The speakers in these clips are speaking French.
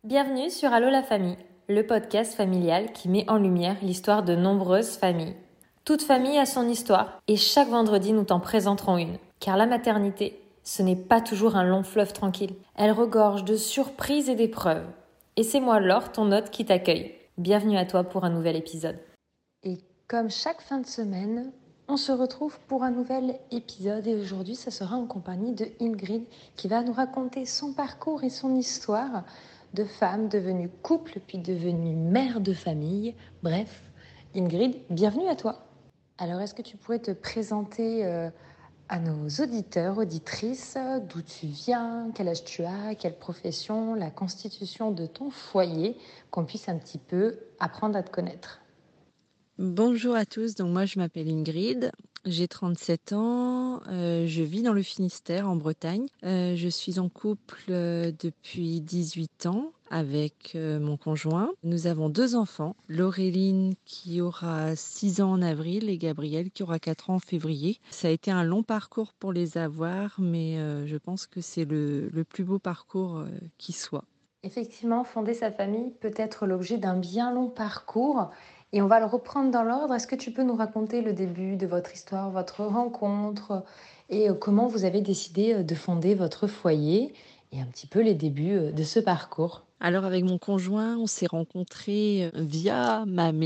Bienvenue sur Allô la famille, le podcast familial qui met en lumière l'histoire de nombreuses familles. Toute famille a son histoire et chaque vendredi nous t'en présenterons une. Car la maternité, ce n'est pas toujours un long fleuve tranquille. Elle regorge de surprises et d'épreuves. Et c'est moi Laure, ton hôte, qui t'accueille. Bienvenue à toi pour un nouvel épisode. Et comme chaque fin de semaine, on se retrouve pour un nouvel épisode et aujourd'hui ça sera en compagnie de Ingrid qui va nous raconter son parcours et son histoire de femme devenue couple puis devenue mère de famille. Bref, Ingrid, bienvenue à toi. Alors est-ce que tu pourrais te présenter à nos auditeurs, auditrices, d'où tu viens, quel âge tu as, quelle profession, la constitution de ton foyer, qu'on puisse un petit peu apprendre à te connaître. Bonjour à tous, donc moi je m'appelle Ingrid, j'ai 37 ans, je vis dans le Finistère en Bretagne. Je suis en couple depuis 18 ans avec mon conjoint. Nous avons 2 enfants, Laureline qui aura 6 ans en avril et Gabriel qui aura 4 ans en février. Ça a été un long parcours pour les avoir, mais je pense que c'est le plus beau parcours qui soit. Effectivement, fonder sa famille peut être l'objet d'un bien long parcours et on va le reprendre dans l'ordre. Est-ce que tu peux nous raconter le début de votre histoire, votre rencontre et comment vous avez décidé de fonder votre foyer et un petit peu les débuts de ce parcours? Alors avec mon conjoint, on s'est rencontrés via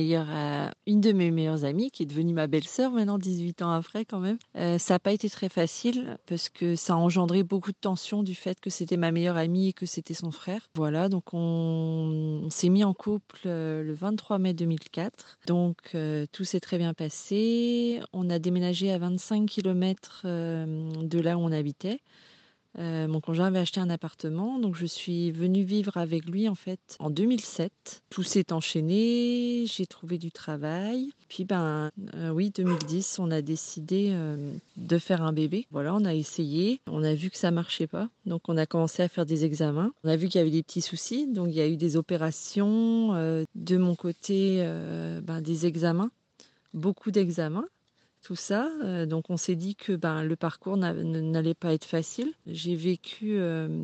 une de mes meilleures amies qui est devenue ma belle-sœur maintenant 18 ans après quand même. Ça n'a pas été très facile parce que ça a engendré beaucoup de tensions du fait que c'était ma meilleure amie et que c'était son frère. Voilà, donc on s'est mis en couple le 23 mai 2004. Donc tout s'est très bien passé. On a déménagé à 25 km de là où on habitait. Mon conjoint avait acheté un appartement, donc je suis venue vivre avec lui en fait en 2007. Tout s'est enchaîné, j'ai trouvé du travail. Puis oui, 2010, on a décidé de faire un bébé. Voilà, on a essayé, on a vu que ça marchait pas, donc on a commencé à faire des examens. On a vu qu'il y avait des petits soucis, donc il y a eu des opérations. De mon côté, des examens, beaucoup d'examens. Tout ça, donc on s'est dit que le parcours n'allait pas être facile. J'ai vécu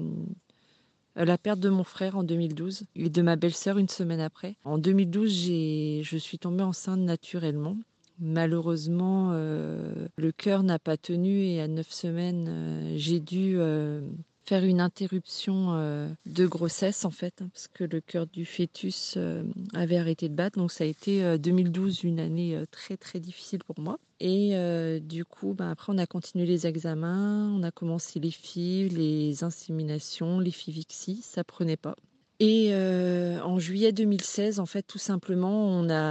la perte de mon frère en 2012 et de ma belle-sœur une semaine après. En 2012, je suis tombée enceinte naturellement. Malheureusement, le cœur n'a pas tenu et à 9 semaines, j'ai dû faire une interruption de grossesse en fait, parce que le cœur du fœtus avait arrêté de battre. Donc ça a été 2012 une année très très difficile pour moi. Et du coup, après on a continué les examens, on a commencé les FIV, les inséminations, les FIVIXI, ça prenait pas. Et en juillet 2016, en fait, tout simplement,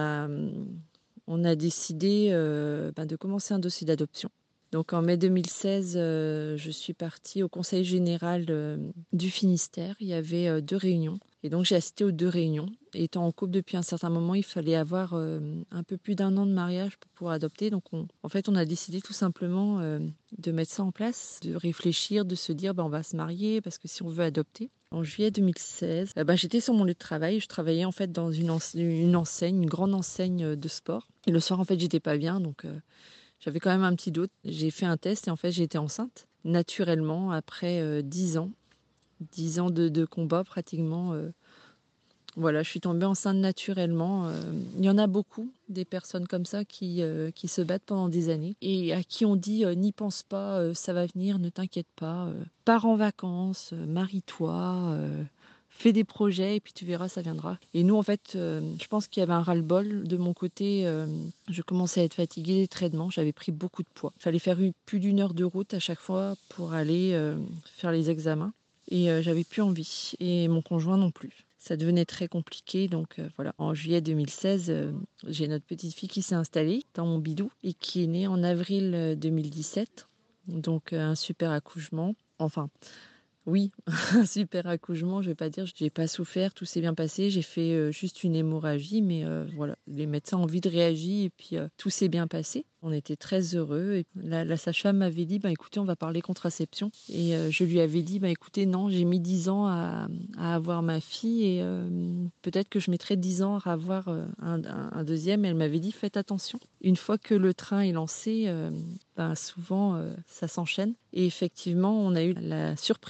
on a décidé de commencer un dossier d'adoption. Donc en mai 2016, je suis partie au conseil général du Finistère. Il y avait 2 réunions. Et donc j'ai assisté aux 2 réunions. Et étant en couple depuis un certain moment, il fallait avoir un peu plus d'1 an de mariage pour pouvoir adopter. Donc on a décidé tout simplement de mettre ça en place, de réfléchir, de se dire on va se marier parce que si on veut adopter. En juillet 2016, j'étais sur mon lieu de travail. Je travaillais en fait dans une enseigne, une grande enseigne de sport. Et le soir, en fait, j'étais pas bien. Donc j'avais quand même un petit doute. J'ai fait un test et en fait, j'ai été enceinte naturellement après 10 ans. 10 ans de combat pratiquement. Voilà, je suis tombée enceinte naturellement. Il y en a beaucoup, des personnes comme ça qui se battent pendant des années et à qui on dit n'y pense pas, ça va venir, ne t'inquiète pas, pars en vacances, marie-toi, fais des projets et puis tu verras, ça viendra. Et nous, en fait, je pense qu'il y avait un ras-le-bol de mon côté. Je commençais à être fatiguée des traitements, j'avais pris beaucoup de poids. Il fallait faire plus d'1 heure de route à chaque fois pour aller faire les examens. Et j'avais plus envie. Et mon conjoint non plus. Ça devenait très compliqué. Donc voilà. En juillet 2016, j'ai notre petite fille qui s'est installée dans mon bidou et qui est née en avril 2017. Donc un super accouchement. Enfin, oui, un super accouchement, je vais pas dire, j'ai pas souffert, tout s'est bien passé, j'ai fait juste une hémorragie, mais voilà, les médecins ont vite réagi et puis tout s'est bien passé. On était très heureux et la sage-femme m'avait dit, écoutez, on va parler contraception. Et je lui avais dit, écoutez, non, j'ai mis 10 ans à avoir ma fille et peut-être que je mettrai 10 ans à avoir un deuxième. Elle m'avait dit, faites attention. Une fois que le train est lancé, souvent ça s'enchaîne. Et effectivement, on a eu la surprise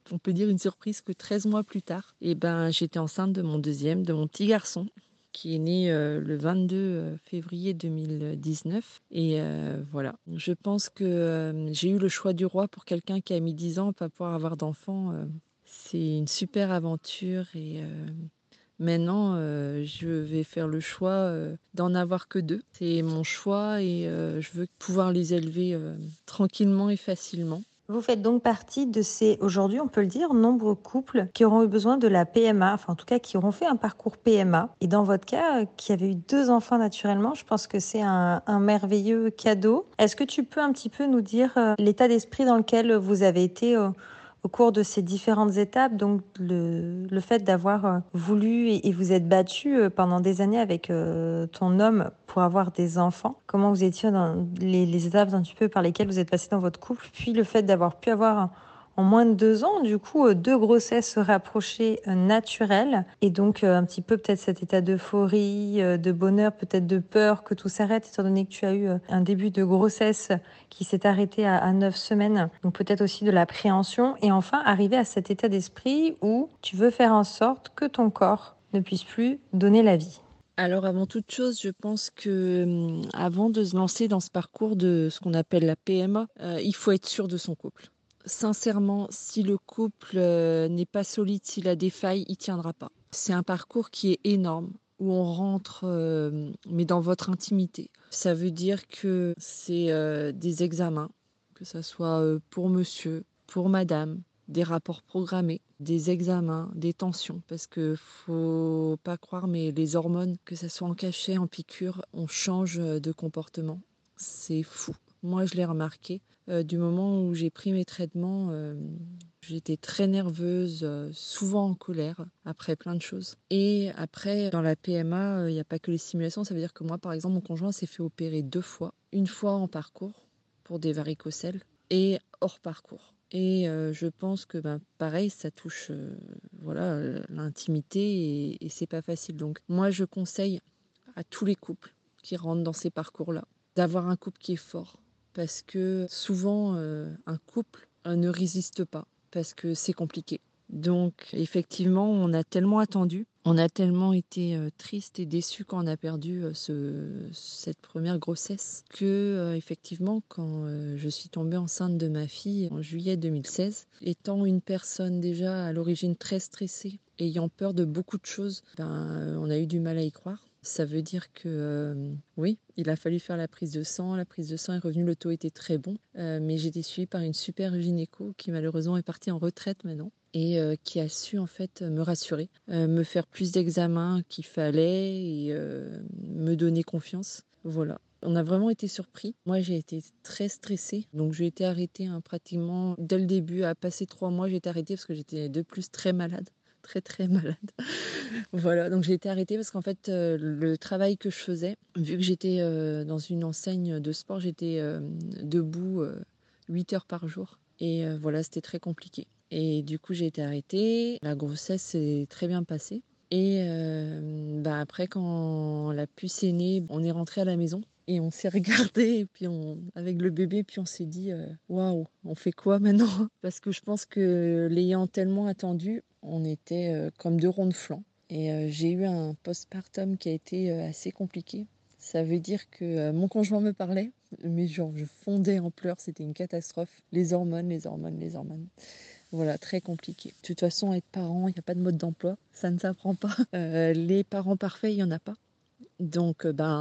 on peut dire une surprise que 13 mois plus tard, j'étais enceinte de mon deuxième, de mon petit garçon, qui est né le 22 février 2019. Et voilà, je pense que j'ai eu le choix du roi pour quelqu'un qui a mis 10 ans à pas pouvoir avoir d'enfant. C'est une super aventure et maintenant, je vais faire le choix d'en avoir que 2. C'est mon choix et je veux pouvoir les élever tranquillement et facilement. Vous faites donc partie de ces, aujourd'hui on peut le dire, nombreux couples qui auront eu besoin de la PMA, enfin en tout cas qui auront fait un parcours PMA. Et dans votre cas, qui avez eu 2 enfants naturellement, je pense que c'est un merveilleux cadeau. Est-ce que tu peux un petit peu nous dire l'état d'esprit dans lequel vous avez été au cours de ces différentes étapes, donc le fait d'avoir voulu et vous êtes battu pendant des années avec ton homme pour avoir des enfants. Comment vous étiez dans les étapes un petit peu par lesquelles vous êtes passé dans votre couple, puis le fait d'avoir pu avoir en moins de 2 ans, du coup, 2 grossesses rapprochées naturelles, et donc un petit peu peut-être cet état d'euphorie, de bonheur, peut-être de peur que tout s'arrête, étant donné que tu as eu un début de grossesse qui s'est arrêté à 9 semaines, donc peut-être aussi de l'appréhension, et enfin arriver à cet état d'esprit où tu veux faire en sorte que ton corps ne puisse plus donner la vie. Alors avant toute chose, je pense que avant de se lancer dans ce parcours de ce qu'on appelle la PMA, il faut être sûr de son couple. Sincèrement, si le couple n'est pas solide, s'il a des failles, il tiendra pas. C'est un parcours qui est énorme, où on rentre, mais dans votre intimité. Ça veut dire que c'est des examens, que ça soit pour monsieur, pour madame, des rapports programmés, des examens, des tensions, parce que faut pas croire, mais les hormones, que ça soit en cachet, en piqûre, on change de comportement. C'est fou. Moi, je l'ai remarqué. Du moment où j'ai pris mes traitements, j'étais très nerveuse, souvent en colère, après plein de choses. Et après, dans la PMA, il n'y a pas que les stimulations. Ça veut dire que moi, par exemple, mon conjoint s'est fait opérer 2 fois. Une fois en parcours, pour des varicocèles, et hors parcours. Et je pense que pareil, ça touche voilà, l'intimité et c'est pas facile. Donc moi, je conseille à tous les couples qui rentrent dans ces parcours-là d'avoir un couple qui est fort. Parce que souvent, un couple ne résiste pas parce que c'est compliqué. Donc effectivement, on a tellement attendu, on a tellement été triste et déçu quand on a perdu cette première grossesse que effectivement, quand je suis tombée enceinte de ma fille en juillet 2016, étant une personne déjà à l'origine très stressée, ayant peur de beaucoup de choses, on a eu du mal à y croire. Ça veut dire que oui, il a fallu faire la prise de sang. La prise de sang est revenue, le taux était très bon. Mais j'ai été suivie par une super gynéco qui malheureusement est partie en retraite maintenant et qui a su en fait me rassurer, me faire plus d'examens qu'il fallait et me donner confiance. Voilà. On a vraiment été surpris. Moi, j'ai été très stressée. Donc, j'ai été arrêtée pratiquement dès le début. À passer 3 mois, j'ai été arrêtée parce que j'étais de plus très malade. Très, très malade. Voilà, donc j'ai été arrêtée parce qu'en fait, le travail que je faisais, vu que j'étais dans une enseigne de sport, j'étais debout 8 heures par jour. Et voilà, c'était très compliqué. Et du coup, j'ai été arrêtée. La grossesse s'est très bien passée. Et après, quand la puce est née, on est rentré à la maison. Et on s'est regardé et puis avec le bébé, puis on s'est dit waouh, on fait quoi maintenant? Parce que je pense que l'ayant tellement attendu, on était comme 2 ronds de flanc. Et j'ai eu un postpartum qui a été assez compliqué. Ça veut dire que mon conjoint me parlait, mais genre je fondais en pleurs, c'était une catastrophe. Les hormones, les hormones, les hormones. Voilà, très compliqué. De toute façon, être parent, il n'y a pas de mode d'emploi, ça ne s'apprend pas. Les parents parfaits, il n'y en a pas. Donc,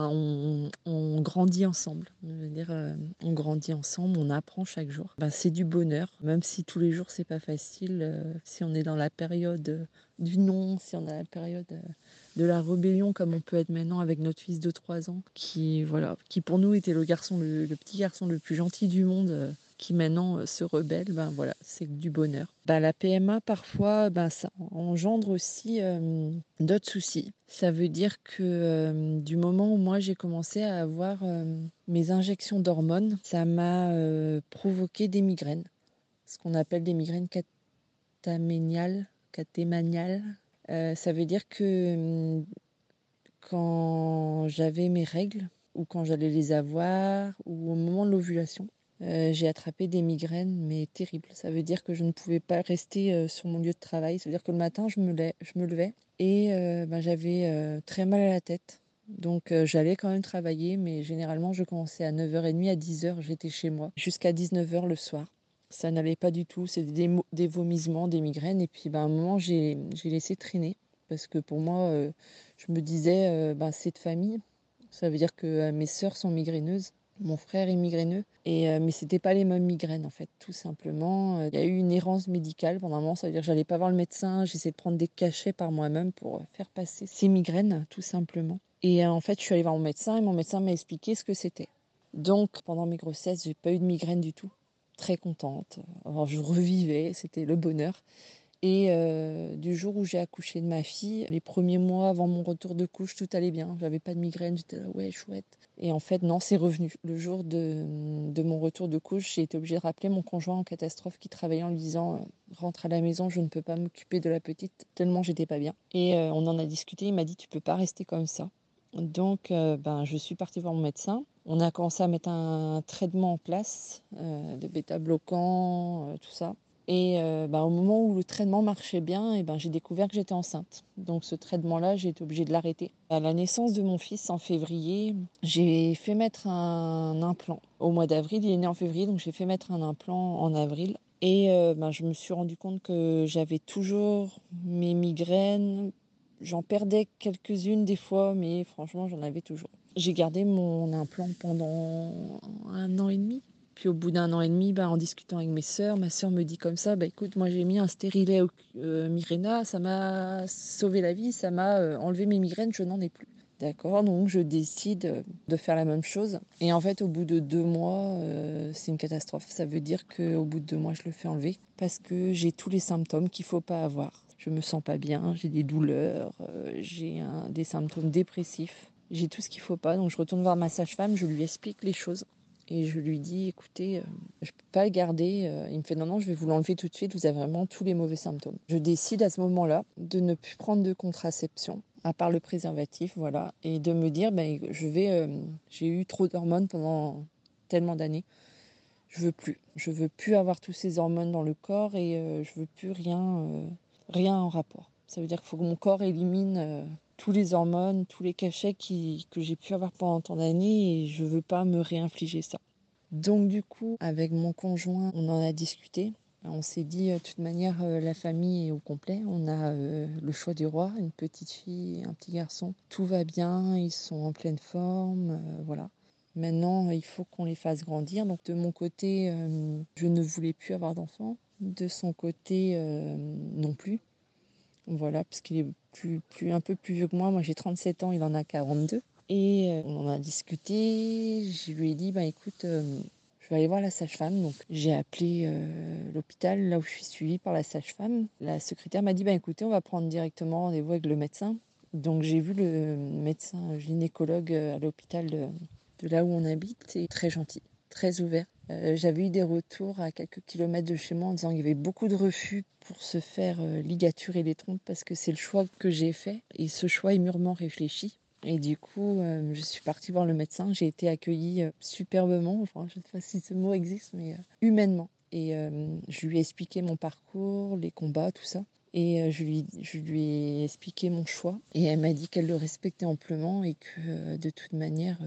on grandit ensemble. Je veux dire, on grandit ensemble, on apprend chaque jour. C'est du bonheur, même si tous les jours, c'est pas facile. Si on est dans la période du non, si on est dans la période de la rébellion, comme on peut être maintenant avec notre fils de 3 ans, voilà, qui pour nous était le petit garçon le plus gentil du monde, qui maintenant se rebelle, voilà, c'est du bonheur. La PMA, parfois, ça engendre aussi d'autres soucis. Ça veut dire que du moment où moi j'ai commencé à avoir mes injections d'hormones, ça m'a provoqué des migraines, ce qu'on appelle des migraines catémaniales. Ça veut dire que quand j'avais mes règles, ou quand j'allais les avoir, ou au moment de l'ovulation, J'ai attrapé des migraines, mais terribles. Ça veut dire que je ne pouvais pas rester, sur mon lieu de travail. Ça veut dire que le matin, je me levais et j'avais, très mal à la tête. Donc j'allais quand même travailler, mais généralement, je commençais à 9h30, à 10h, j'étais chez moi, jusqu'à 19h le soir. Ça n'allait pas du tout, c'était des vomissements, des migraines et puis, à un moment, j'ai laissé traîner parce que pour moi, je me disais, «C'est de famille». Ça veut dire que, mes sœurs sont migraineuses, mon frère est migraineux et mais c'était pas les mêmes migraines, en fait, tout simplement, il y a eu une errance médicale pendant un moment. Ça veut dire que j'allais pas voir le médecin, j'essayais de prendre des cachets par moi-même pour, faire passer ces migraines, tout simplement et en fait, je suis allée voir mon médecin et mon médecin m'a expliqué ce que c'était. Donc pendant mes grossesses, j'ai pas eu de migraine du tout. Très contente, alors je revivais, c'était le bonheur et du jour où j'ai accouché de ma fille, les premiers mois avant mon retour de couche, tout allait bien. J'avais pas de migraine, j'étais là: «Ouais, chouette» et en fait, non, c'est revenu. Le jour de mon retour de couche, j'ai été obligée de rappeler mon conjoint en catastrophe qui travaillait en lui disant: «Rentre à la maison, je ne peux pas m'occuper de la petite», tellement j'étais pas bien et on en a discuté. Il m'a dit: «Tu peux pas rester comme ça». Donc je suis partie voir mon médecin. On a commencé à mettre un traitement en place, de bêta-bloquants, tout ça et au moment où le traitement marchait bien et j'ai découvert que j'étais enceinte. Donc ce traitement-là, j'ai été obligée de l'arrêter. À la naissance de mon fils en février, j'ai fait mettre un implant. Au mois d'avril, il est né en février, donc j'ai fait mettre un implant en avril et je me suis rendu compte que j'avais toujours mes migraines. J'en perdais quelques-unes des fois, mais franchement, j'en avais toujours. J'ai gardé mon implant pendant 1 an et demi. Puis au bout d'1 an et demi, en discutant avec mes sœurs, ma sœur me dit comme ça: écoute, moi j'ai mis un stérilet Mirena, ça m'a sauvé la vie, ça m'a enlevé mes migraines, je n'en ai plus». D'accord, donc je décide de faire la même chose. Et en fait, au bout de 2 mois, c'est une catastrophe. Ça veut dire qu'au bout de 2 mois, je le fais enlever parce que j'ai tous les symptômes qu'il faut pas avoir. Je me sens pas bien, j'ai des douleurs, des symptômes dépressifs. J'ai tout ce qu'il faut pas. Donc je retourne voir ma sage-femme, je lui explique les choses. Et je lui dis: «Écoutez, je peux pas le garder». Il me fait: «Non, non, je vais vous l'enlever tout de suite, vous avez vraiment tous les mauvais symptômes». Je décide à ce moment-là de ne plus prendre de contraception, à part le préservatif, voilà, et de me dire: j'ai eu trop d'hormones pendant tellement d'années, je veux plus avoir tous ces hormones dans le corps et je veux plus rien en rapport». Ça veut dire qu'il faut que mon corps élimine, tous les hormones, tous les cachets que j'ai pu avoir pendant tant d'années et je veux pas me réinfliger ça. Donc du coup, avec mon conjoint, on en a discuté. On s'est dit, de toute manière, la famille est au complet. On a le choix du roi, une petite fille et un petit garçon. Tout va bien, ils sont en pleine forme, voilà. Maintenant, il faut qu'on les fasse grandir. Donc de mon côté, je ne voulais plus avoir d'enfants. De son côté, non plus. Voilà, parce qu'il est un peu plus vieux que moi. Moi, j'ai 37 ans, il en a 42. Et on en a discuté. Je lui ai dit: écoute, je vais aller voir la sage-femme». Donc j'ai appelé l'hôpital, là où je suis suivie par la sage-femme. La secrétaire m'a dit: écoutez, on va prendre directement rendez-vous avec le médecin. Donc j'ai vu le médecin gynécologue à l'hôpital de là où on habite, et très gentil, très ouvert. J'avais eu des retours à quelques kilomètres de chez moi en disant qu'il y avait beaucoup de refus pour se faire ligaturer les trompes parce que c'est le choix que j'ai fait et ce choix est mûrement réfléchi. Et du coup, je suis partie voir le médecin. J'ai été accueillie superbement, enfin, je ne sais pas si ce mot existe, mais humainement. Et je lui ai expliqué mon parcours, les combats, tout ça. Et je lui ai expliqué mon choix. Et elle m'a dit qu'elle le respectait amplement et que de toute manière,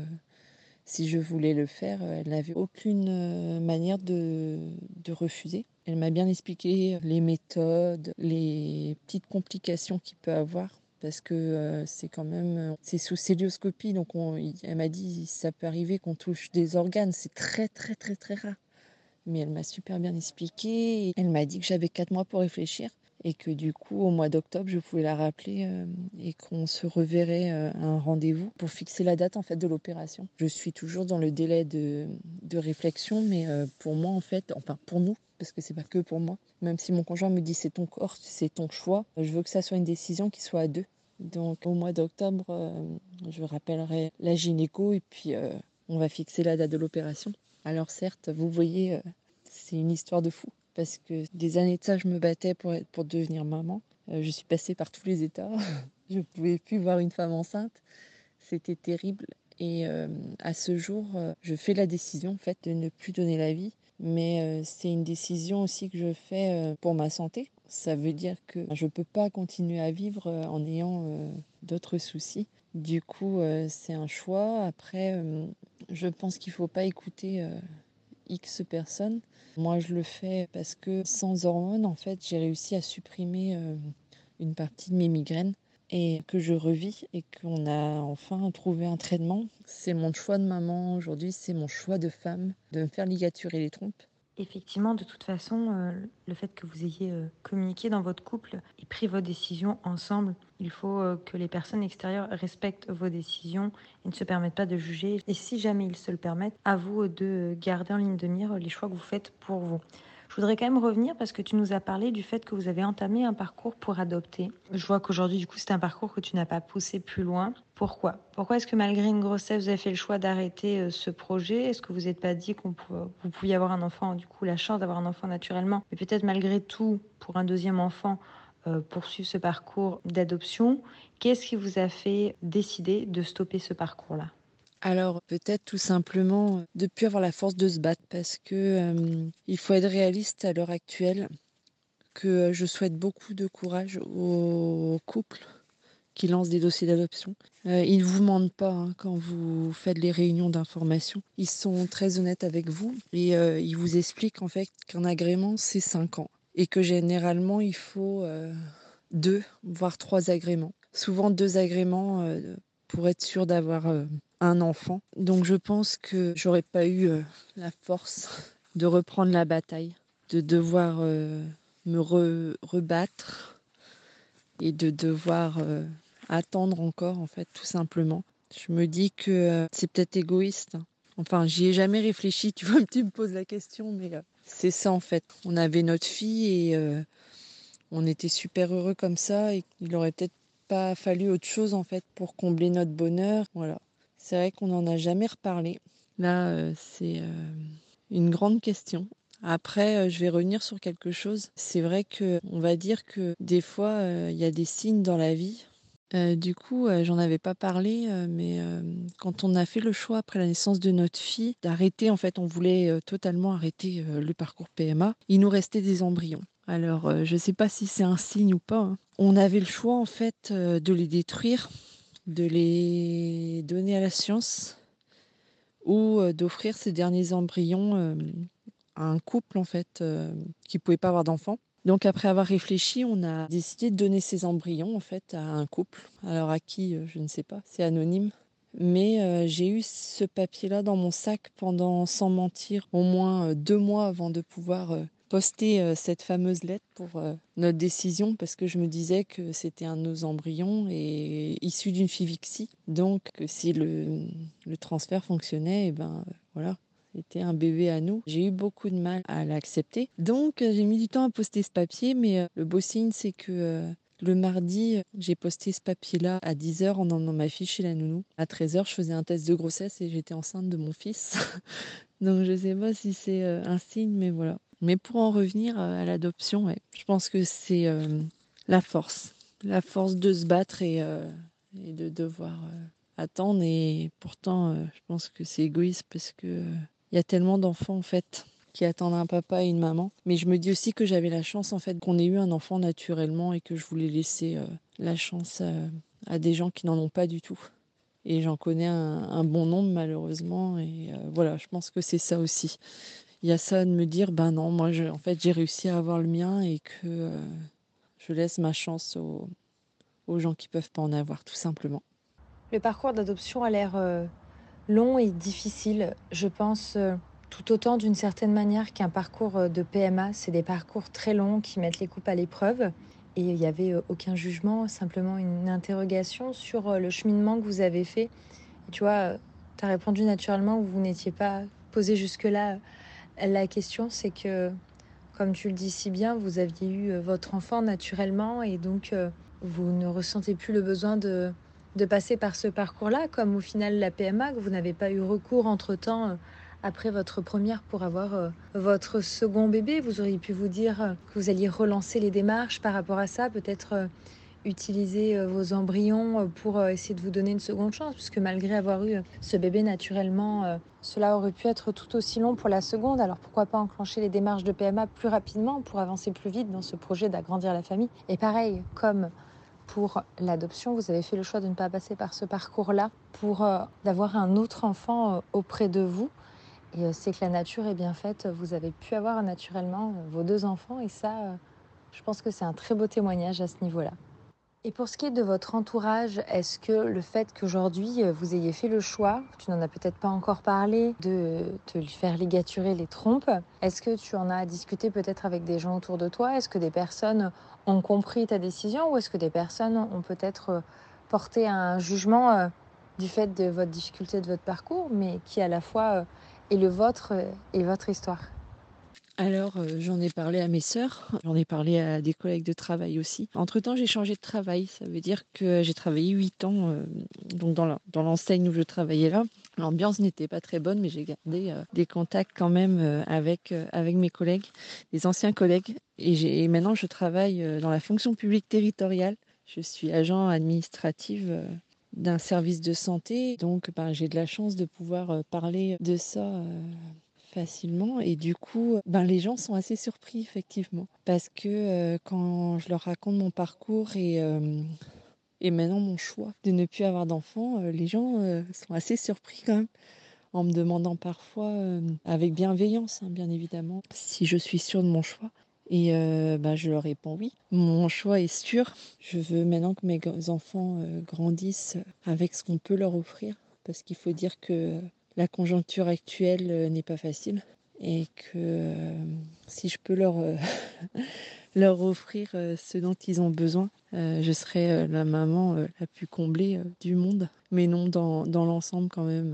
si je voulais le faire, elle n'avait aucune manière de refuser. Elle m'a bien expliqué les méthodes, les petites complications qu'il peut avoir. Parce que c'est quand même, c'est sous célioscopie, donc elle m'a dit ça peut arriver qu'on touche des organes, c'est très très très très rare. Mais elle m'a super bien expliqué. Elle m'a dit que j'avais 4 mois pour réfléchir et que du coup, au mois d'octobre, je pouvais la rappeler et qu'on se reverrait à un rendez-vous pour fixer la date en fait de l'opération. Je suis toujours dans le délai de réflexion, mais pour moi en fait, enfin pour nous, parce que c'est pas que pour moi, même si mon conjoint me dit c'est ton corps, c'est ton choix, je veux que ça soit une décision qui soit à deux. Donc au mois d'octobre, je rappellerai la gynéco et puis on va fixer la date de l'opération. Alors certes, vous voyez, c'est une histoire de fou parce que des années de ça, je me battais pour devenir maman. Je suis passée par tous les états. Je pouvais plus voir une femme enceinte. C'était terrible Et à ce jour, je fais la décision en fait de ne plus donner la vie. Mais c'est une décision aussi que je fais pour ma santé. Ça veut dire que je ne peux pas continuer à vivre en ayant d'autres soucis. Du coup, c'est un choix. Après, je pense qu'il ne faut pas écouter X personnes. Moi, je le fais parce que sans hormones, en fait, j'ai réussi à supprimer une partie de mes migraines et que je revis et qu'on a enfin trouvé un traitement. C'est mon choix de maman aujourd'hui, c'est mon choix de femme de me faire ligaturer les trompes. Effectivement, de toute façon, le fait que vous ayez communiqué dans votre couple et pris vos décisions ensemble, il faut que les personnes extérieures respectent vos décisions et ne se permettent pas de juger. Et si jamais ils se le permettent, à vous de garder en ligne de mire les choix que vous faites pour vous. Je voudrais quand même revenir parce que tu nous as parlé du fait que vous avez entamé un parcours pour adopter. Je vois qu'aujourd'hui, du coup, c'est un parcours que tu n'as pas poussé plus loin. Pourquoi est-ce que malgré une grossesse, vous avez fait le choix d'arrêter ce projet? Est-ce que vous n'êtes pas dit vous pouviez avoir un enfant, du coup, la chance d'avoir un enfant naturellement, mais peut-être malgré tout, pour un deuxième enfant, poursuivre ce parcours d'adoption? Qu'est-ce qui vous a fait décider de stopper ce parcours-là? Alors peut-être tout simplement de ne plus avoir la force de se battre parce que il faut être réaliste à l'heure actuelle, que je souhaite beaucoup de courage aux couples qui lancent des dossiers d'adoption. Ils ne vous mentent pas quand vous faites les réunions d'information. Ils sont très honnêtes avec vous et ils vous expliquent en fait qu'un agrément, c'est 5 ans et que généralement, il faut 2, voire 3 agréments. Souvent 2 agréments pour être sûr d'avoir un enfant. Donc je pense que j'aurais pas eu la force de reprendre la bataille, de devoir me rebattre et de devoir attendre encore, en fait, tout simplement. Je me dis que c'est peut-être égoïste. Enfin, j'y ai jamais réfléchi, tu vois, tu me poses la question, mais c'est ça, en fait. On avait notre fille et on était super heureux comme ça et il aurait peut-être pas fallu autre chose, en fait, pour combler notre bonheur. Voilà. C'est vrai qu'on n'en a jamais reparlé. Là, c'est une grande question. Après, je vais revenir sur quelque chose. C'est vrai que on va dire que des fois, il y a des signes dans la vie. Du coup, j'en avais pas parlé, mais quand on a fait le choix après la naissance de notre fille d'arrêter, en fait, on voulait totalement arrêter le parcours PMA. Il nous restait des embryons. Alors, je sais pas si c'est un signe ou pas, hein. On avait le choix, en fait, de les détruire, de les donner à la science ou d'offrir ces derniers embryons à un couple en fait qui pouvait pas avoir d'enfant. Donc après avoir réfléchi, on a décidé de donner ces embryons en fait à un couple. Alors à qui, je ne sais pas, c'est anonyme. Mais j'ai eu ce papier-là dans mon sac pendant, sans mentir, au moins 2 mois avant de pouvoir poster cette fameuse lettre pour notre décision parce que je me disais que c'était un de nos embryons et issu d'une FIVIXI. Donc que si le transfert fonctionnait, et ben voilà. C'était un bébé à nous. J'ai eu beaucoup de mal à l'accepter. Donc, j'ai mis du temps à poster ce papier, mais le beau signe, c'est que le mardi, j'ai posté ce papier-là à 10h en emmenant ma fille chez la nounou. À 13h, je faisais un test de grossesse et j'étais enceinte de mon fils. Donc, je sais pas si c'est un signe, mais voilà. Mais pour en revenir à l'adoption, ouais, je pense que c'est la force. La force de se battre et de devoir attendre. Et pourtant, je pense que c'est égoïste parce que il y a tellement d'enfants en fait qui attendent un papa et une maman. Mais je me dis aussi que j'avais la chance en fait qu'on ait eu un enfant naturellement et que je voulais laisser la chance à des gens qui n'en ont pas du tout. Et j'en connais un bon nombre malheureusement. Et voilà, je pense que c'est ça aussi. Il y a ça de me dire, ben non, moi en fait j'ai réussi à avoir le mien et que je laisse ma chance aux gens qui peuvent pas en avoir tout simplement. Le parcours d'adoption a l'air long et difficile, je pense, tout autant d'une certaine manière qu'un parcours de PMA. C'est des parcours très longs qui mettent les couples à l'épreuve. Et il n'y avait aucun jugement, simplement une interrogation sur le cheminement que vous avez fait. Et tu vois, tu as répondu naturellement, vous n'étiez pas posé jusque-là. La question, c'est que, comme tu le dis si bien, vous aviez eu votre enfant naturellement et donc vous ne ressentez plus le besoin de passer par ce parcours-là, comme au final la PMA, que vous n'avez pas eu recours entre-temps après votre première pour avoir votre second bébé. Vous auriez pu vous dire que vous alliez relancer les démarches par rapport à ça, peut-être utiliser vos embryons pour essayer de vous donner une seconde chance, puisque malgré avoir eu ce bébé naturellement, cela aurait pu être tout aussi long pour la seconde. Alors pourquoi pas enclencher les démarches de PMA plus rapidement pour avancer plus vite dans ce projet d'agrandir la famille. Et pareil, comme pour l'adoption, vous avez fait le choix de ne pas passer par ce parcours-là pour d'avoir un autre enfant auprès de vous. Et c'est que la nature est bien faite. Vous avez pu avoir naturellement vos 2 enfants et ça, je pense que c'est un très beau témoignage à ce niveau-là. Et pour ce qui est de votre entourage, est-ce que le fait qu'aujourd'hui vous ayez fait le choix, tu n'en as peut-être pas encore parlé, de te lui faire ligaturer les trompes, est-ce que tu en as discuté peut-être avec des gens autour de toi? Est-ce que des personnes ont compris ta décision ou est-ce que des personnes ont peut-être porté un jugement du fait de votre difficulté, de votre parcours, mais qui à la fois est le vôtre et votre histoire? Alors, j'en ai parlé à mes sœurs, j'en ai parlé à des collègues de travail aussi. Entre-temps, j'ai changé de travail. Ça veut dire que j'ai travaillé 8 ans, donc dans l'enseigne où je travaillais là. L'ambiance n'était pas très bonne, mais j'ai gardé, des contacts quand même, avec mes collègues, des anciens collègues et maintenant je travaille, dans la fonction publique territoriale. Je suis agent administrative, d'un service de santé donc ben, j'ai de la chance de pouvoir, parler de ça, facilement et du coup, ben, les gens sont assez surpris effectivement parce que, quand je leur raconte mon parcours et maintenant mon choix de ne plus avoir d'enfants, les gens, sont assez surpris quand même en me demandant parfois, avec bienveillance, hein, bien évidemment, si je suis sûre de mon choix et bah, je leur réponds: «Oui, mon choix est sûr. Je veux maintenant que mes enfants, grandissent avec ce qu'on peut leur offrir» parce qu'il faut dire que la conjoncture actuelle, n'est pas facile et que, si je peux leur offrir, ce dont ils ont besoin, je serai, la maman, la plus comblée, du monde. Mais non, dans l'ensemble quand même,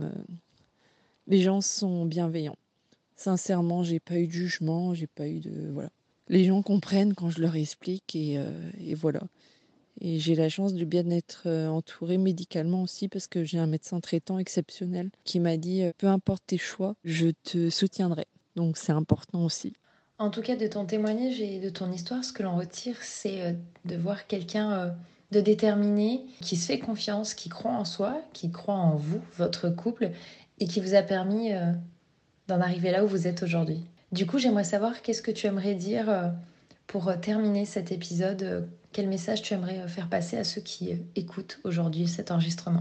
les gens sont bienveillants. Sincèrement, j'ai pas eu de jugement, j'ai pas eu de voilà. Les gens comprennent quand je leur explique et voilà. Et j'ai la chance de bien être, entourée médicalement aussi parce que j'ai un médecin traitant exceptionnel qui m'a dit, «Peu importe tes choix, je te soutiendrai». Donc c'est important aussi. En tout cas, de ton témoignage et de ton histoire, ce que l'on retire, c'est de voir quelqu'un de déterminé, qui se fait confiance, qui croit en soi, qui croit en vous, votre couple, et qui vous a permis d'en arriver là où vous êtes aujourd'hui. Du coup, j'aimerais savoir qu'est-ce que tu aimerais dire pour terminer cet épisode. Quel message tu aimerais faire passer à ceux qui écoutent aujourd'hui cet enregistrement?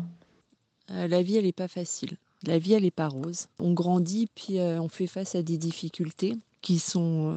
La vie, elle est pas facile. La vie, elle est pas rose. On grandit, puis, on fait face à des difficultés qui sont,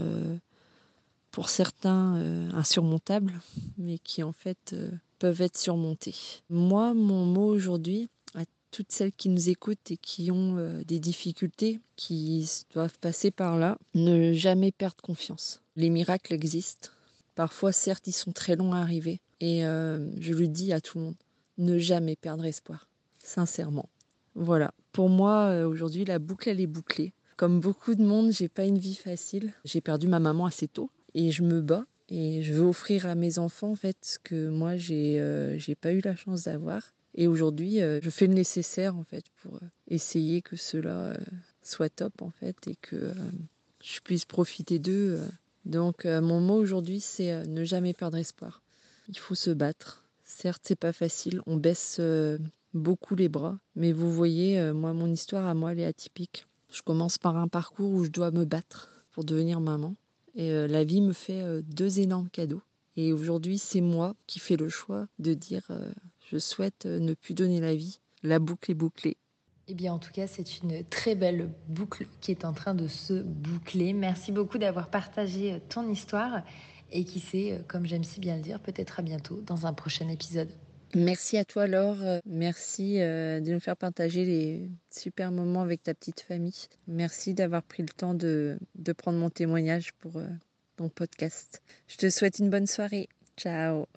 pour certains, insurmontables, mais qui en fait, peuvent être surmontées. Moi, mon mot aujourd'hui, à toutes celles qui nous écoutent et qui ont, des difficultés, qui doivent passer par là, ne jamais perdre confiance. Les miracles existent. Parfois, certes, ils sont très longs à arriver et je le dis à tout le monde, ne jamais perdre espoir, sincèrement. Voilà. Pour moi, aujourd'hui, la boucle, elle est bouclée. Comme beaucoup de monde, j'ai pas une vie facile. J'ai perdu ma maman assez tôt et je me bats et je veux offrir à mes enfants, en fait, ce que moi j'ai pas eu la chance d'avoir et aujourd'hui, je fais le nécessaire, en fait, pour, essayer que cela, soit top, en fait et que, je puisse profiter d'eux, donc mon mot aujourd'hui, c'est, ne jamais perdre espoir. Il faut se battre. Certes, c'est pas facile, on baisse, beaucoup les bras, mais vous voyez, moi, mon histoire à moi, elle est atypique. Je commence par un parcours où je dois me battre pour devenir maman et la vie me fait, 2 énormes cadeaux et aujourd'hui, c'est moi qui fais le choix de dire, «Je souhaite, ne plus donner la vie». La boucle est bouclée. Eh bien, en tout cas, c'est une très belle boucle qui est en train de se boucler. Merci beaucoup d'avoir partagé ton histoire et qui sait, comme j'aime si bien le dire, peut-être à bientôt dans un prochain épisode. Merci à toi Laure, merci, de nous faire partager les super moments avec ta petite famille. Merci d'avoir pris le temps de prendre mon témoignage pour, ton podcast. Je te souhaite une bonne soirée. Ciao.